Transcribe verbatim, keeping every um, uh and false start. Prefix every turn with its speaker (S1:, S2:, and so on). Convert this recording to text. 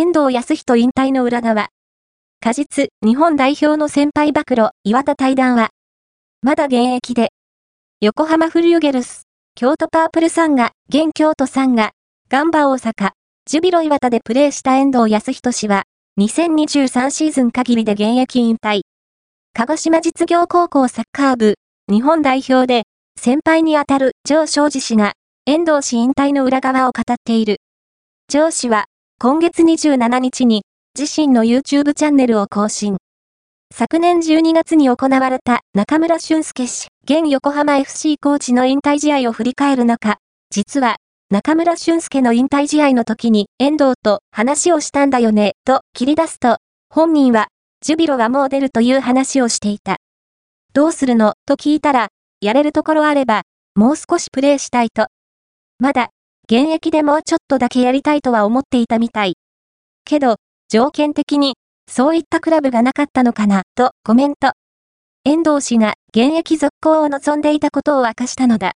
S1: 遠藤保仁引退の裏側。果実、日本代表の先輩暴露、岩田対談は、まだ現役で。横浜フリューゲルス、京都パープルサンガ、現京都サンガ、ガンバ大阪、ジュビロ磐田でプレーした遠藤保仁氏は、にせんにじゅうさんシーズン限りで現役引退。鹿児島実業高校サッカー部、日本代表で、先輩にあたる城彰二氏が、遠藤氏引退の裏側を語っている。城氏は、今月にじゅうしちにちに、自身の YouTube チャンネルを更新。昨年じゅうにがつに行われた中村俊輔氏、現横浜 エフシー コーチの引退試合を振り返る中、実は、中村俊輔の引退試合の時に遠藤と話をしたんだよね、と切り出すと、本人は、ジュビロはもう出るという話をしていた。どうするのと聞いたら、やれるところあれば、もう少しプレーしたいと。まだ、現役でもうちょっとだけやりたいとは思っていたみたい。けど、条件的に、そういったクラブがなかったのかな、とコメント。遠藤氏が現役続行を望んでいたことを明かしたのだ。